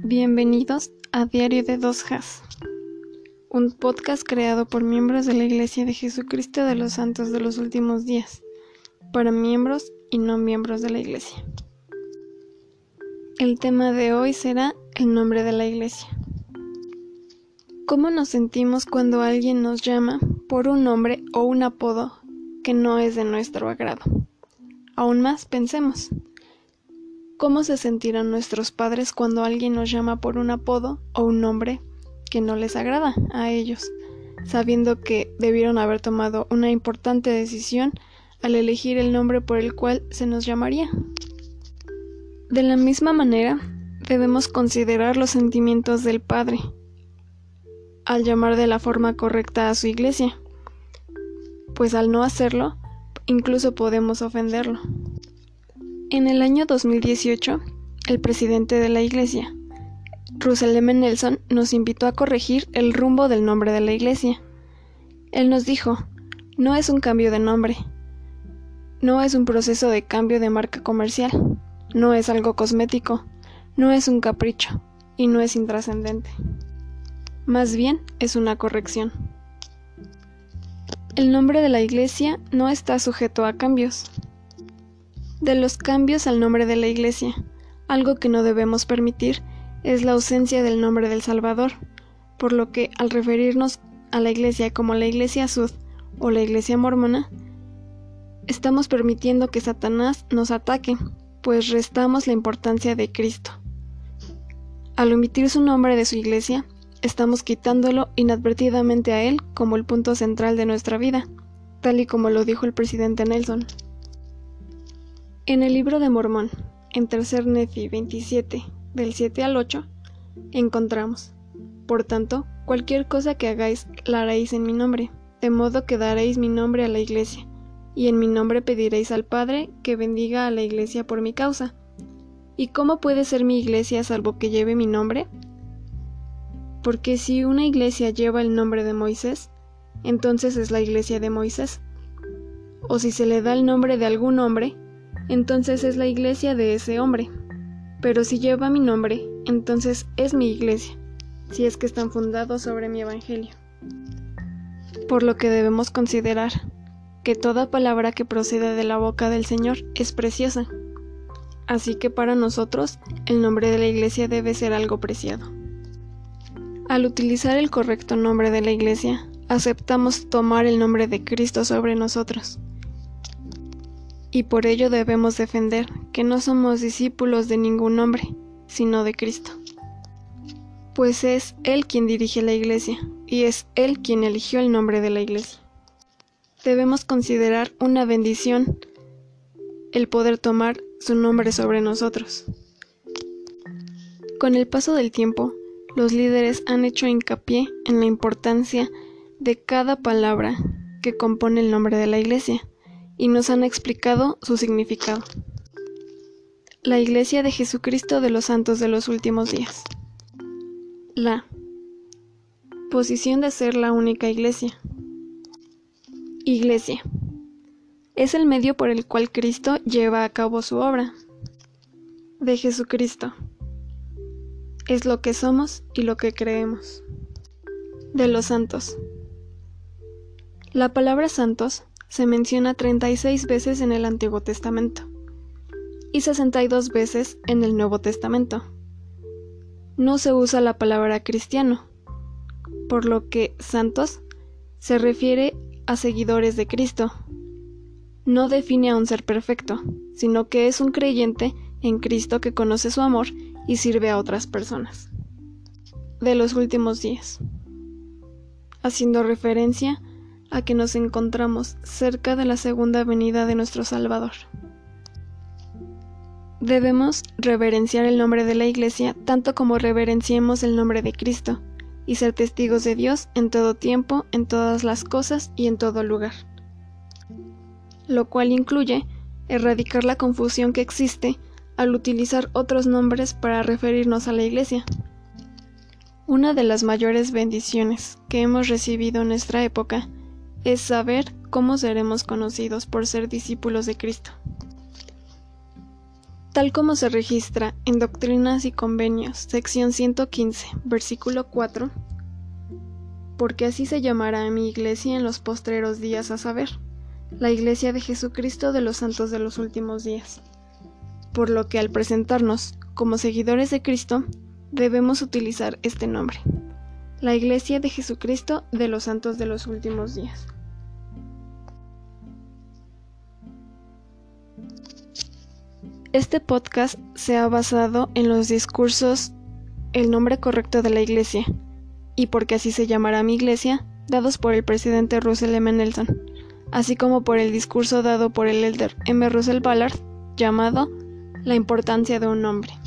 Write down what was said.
Bienvenidos a Diario de 2Jas, un podcast creado por miembros de la Iglesia de Jesucristo de los Santos de los Últimos Días, para miembros y no miembros de la Iglesia. El tema de hoy será el nombre de la Iglesia. ¿Cómo nos sentimos cuando alguien nos llama por un nombre o un apodo que no es de nuestro agrado? Aún más, pensemos. ¿Cómo se sentirán nuestros padres cuando alguien nos llama por un apodo o un nombre que no les agrada a ellos, sabiendo que debieron haber tomado una importante decisión al elegir el nombre por el cual se nos llamaría? De la misma manera, debemos considerar los sentimientos del Padre al llamar de la forma correcta a su iglesia, pues al no hacerlo, incluso podemos ofenderlo. En el año 2018, el presidente de la Iglesia, Russell M. Nelson, nos invitó a corregir el rumbo del nombre de la Iglesia. Él nos dijo, no es un cambio de nombre, no es un proceso de cambio de marca comercial, no es algo cosmético, no es un capricho y no es intrascendente. Más bien es una corrección. El nombre de la Iglesia no está sujeto a cambios. De los cambios al nombre de la Iglesia, algo que no debemos permitir es la ausencia del nombre del Salvador, por lo que al referirnos a la Iglesia como la Iglesia Sud o la Iglesia Mormona, estamos permitiendo que Satanás nos ataque, pues restamos la importancia de Cristo. Al omitir su nombre de su Iglesia, estamos quitándolo inadvertidamente a Él como el punto central de nuestra vida, tal y como lo dijo el presidente Nelson. En el libro de Mormón, en 3 Nefi 27, del 7 al 8, encontramos: Por tanto, cualquier cosa que hagáis, la haréis en mi nombre, de modo que daréis mi nombre a la iglesia, y en mi nombre pediréis al Padre que bendiga a la iglesia por mi causa. ¿Y cómo puede ser mi iglesia salvo que lleve mi nombre? Porque si una iglesia lleva el nombre de Moisés, entonces es la iglesia de Moisés. O si se le da el nombre de algún hombre, entonces es la iglesia de ese hombre. Pero si lleva mi nombre, entonces es mi iglesia, si es que están fundados sobre mi evangelio. Por lo que debemos considerar que toda palabra que procede de la boca del Señor es preciosa. Así que para nosotros, el nombre de la iglesia debe ser algo preciado. Al utilizar el correcto nombre de la iglesia, aceptamos tomar el nombre de Cristo sobre nosotros. Y por ello debemos defender que no somos discípulos de ningún hombre, sino de Cristo. Pues es Él quien dirige la iglesia, y es Él quien eligió el nombre de la iglesia. Debemos considerar una bendición el poder tomar su nombre sobre nosotros. Con el paso del tiempo, los líderes han hecho hincapié en la importancia de cada palabra que compone el nombre de la iglesia, y nos han explicado su significado. La Iglesia de Jesucristo de los Santos de los Últimos Días. La posición de ser la única iglesia. Iglesia. Es el medio por el cual Cristo lleva a cabo su obra. De Jesucristo. Es lo que somos y lo que creemos. De los santos. La palabra santos se menciona 36 veces en el Antiguo Testamento y 62 veces en el Nuevo Testamento. No se usa la palabra cristiano, por lo que santos se refiere a seguidores de Cristo. No define a un ser perfecto, sino que es un creyente en Cristo que conoce su amor y sirve a otras personas. De los últimos días, haciendo referencia a que nos encontramos cerca de la segunda venida de nuestro Salvador. Debemos reverenciar el nombre de la Iglesia tanto como reverenciemos el nombre de Cristo, y ser testigos de Dios en todo tiempo, en todas las cosas y en todo lugar. Lo cual incluye erradicar la confusión que existe al utilizar otros nombres para referirnos a la Iglesia. Una de las mayores bendiciones que hemos recibido en nuestra época es saber cómo seremos conocidos por ser discípulos de Cristo. Tal como se registra en Doctrinas y Convenios, sección 115, versículo 4, porque así se llamará a mi iglesia en los postreros días, a saber, la iglesia de Jesucristo de los santos de los últimos días. Por lo que al presentarnos como seguidores de Cristo, debemos utilizar este nombre, la iglesia de Jesucristo de los santos de los últimos días. Este podcast se ha basado en los discursos El nombre correcto de la iglesia y porque así se llamará mi iglesia, dados por el presidente Russell M. Nelson, así como por el discurso dado por el elder M. Russell Ballard, llamado La importancia de un nombre.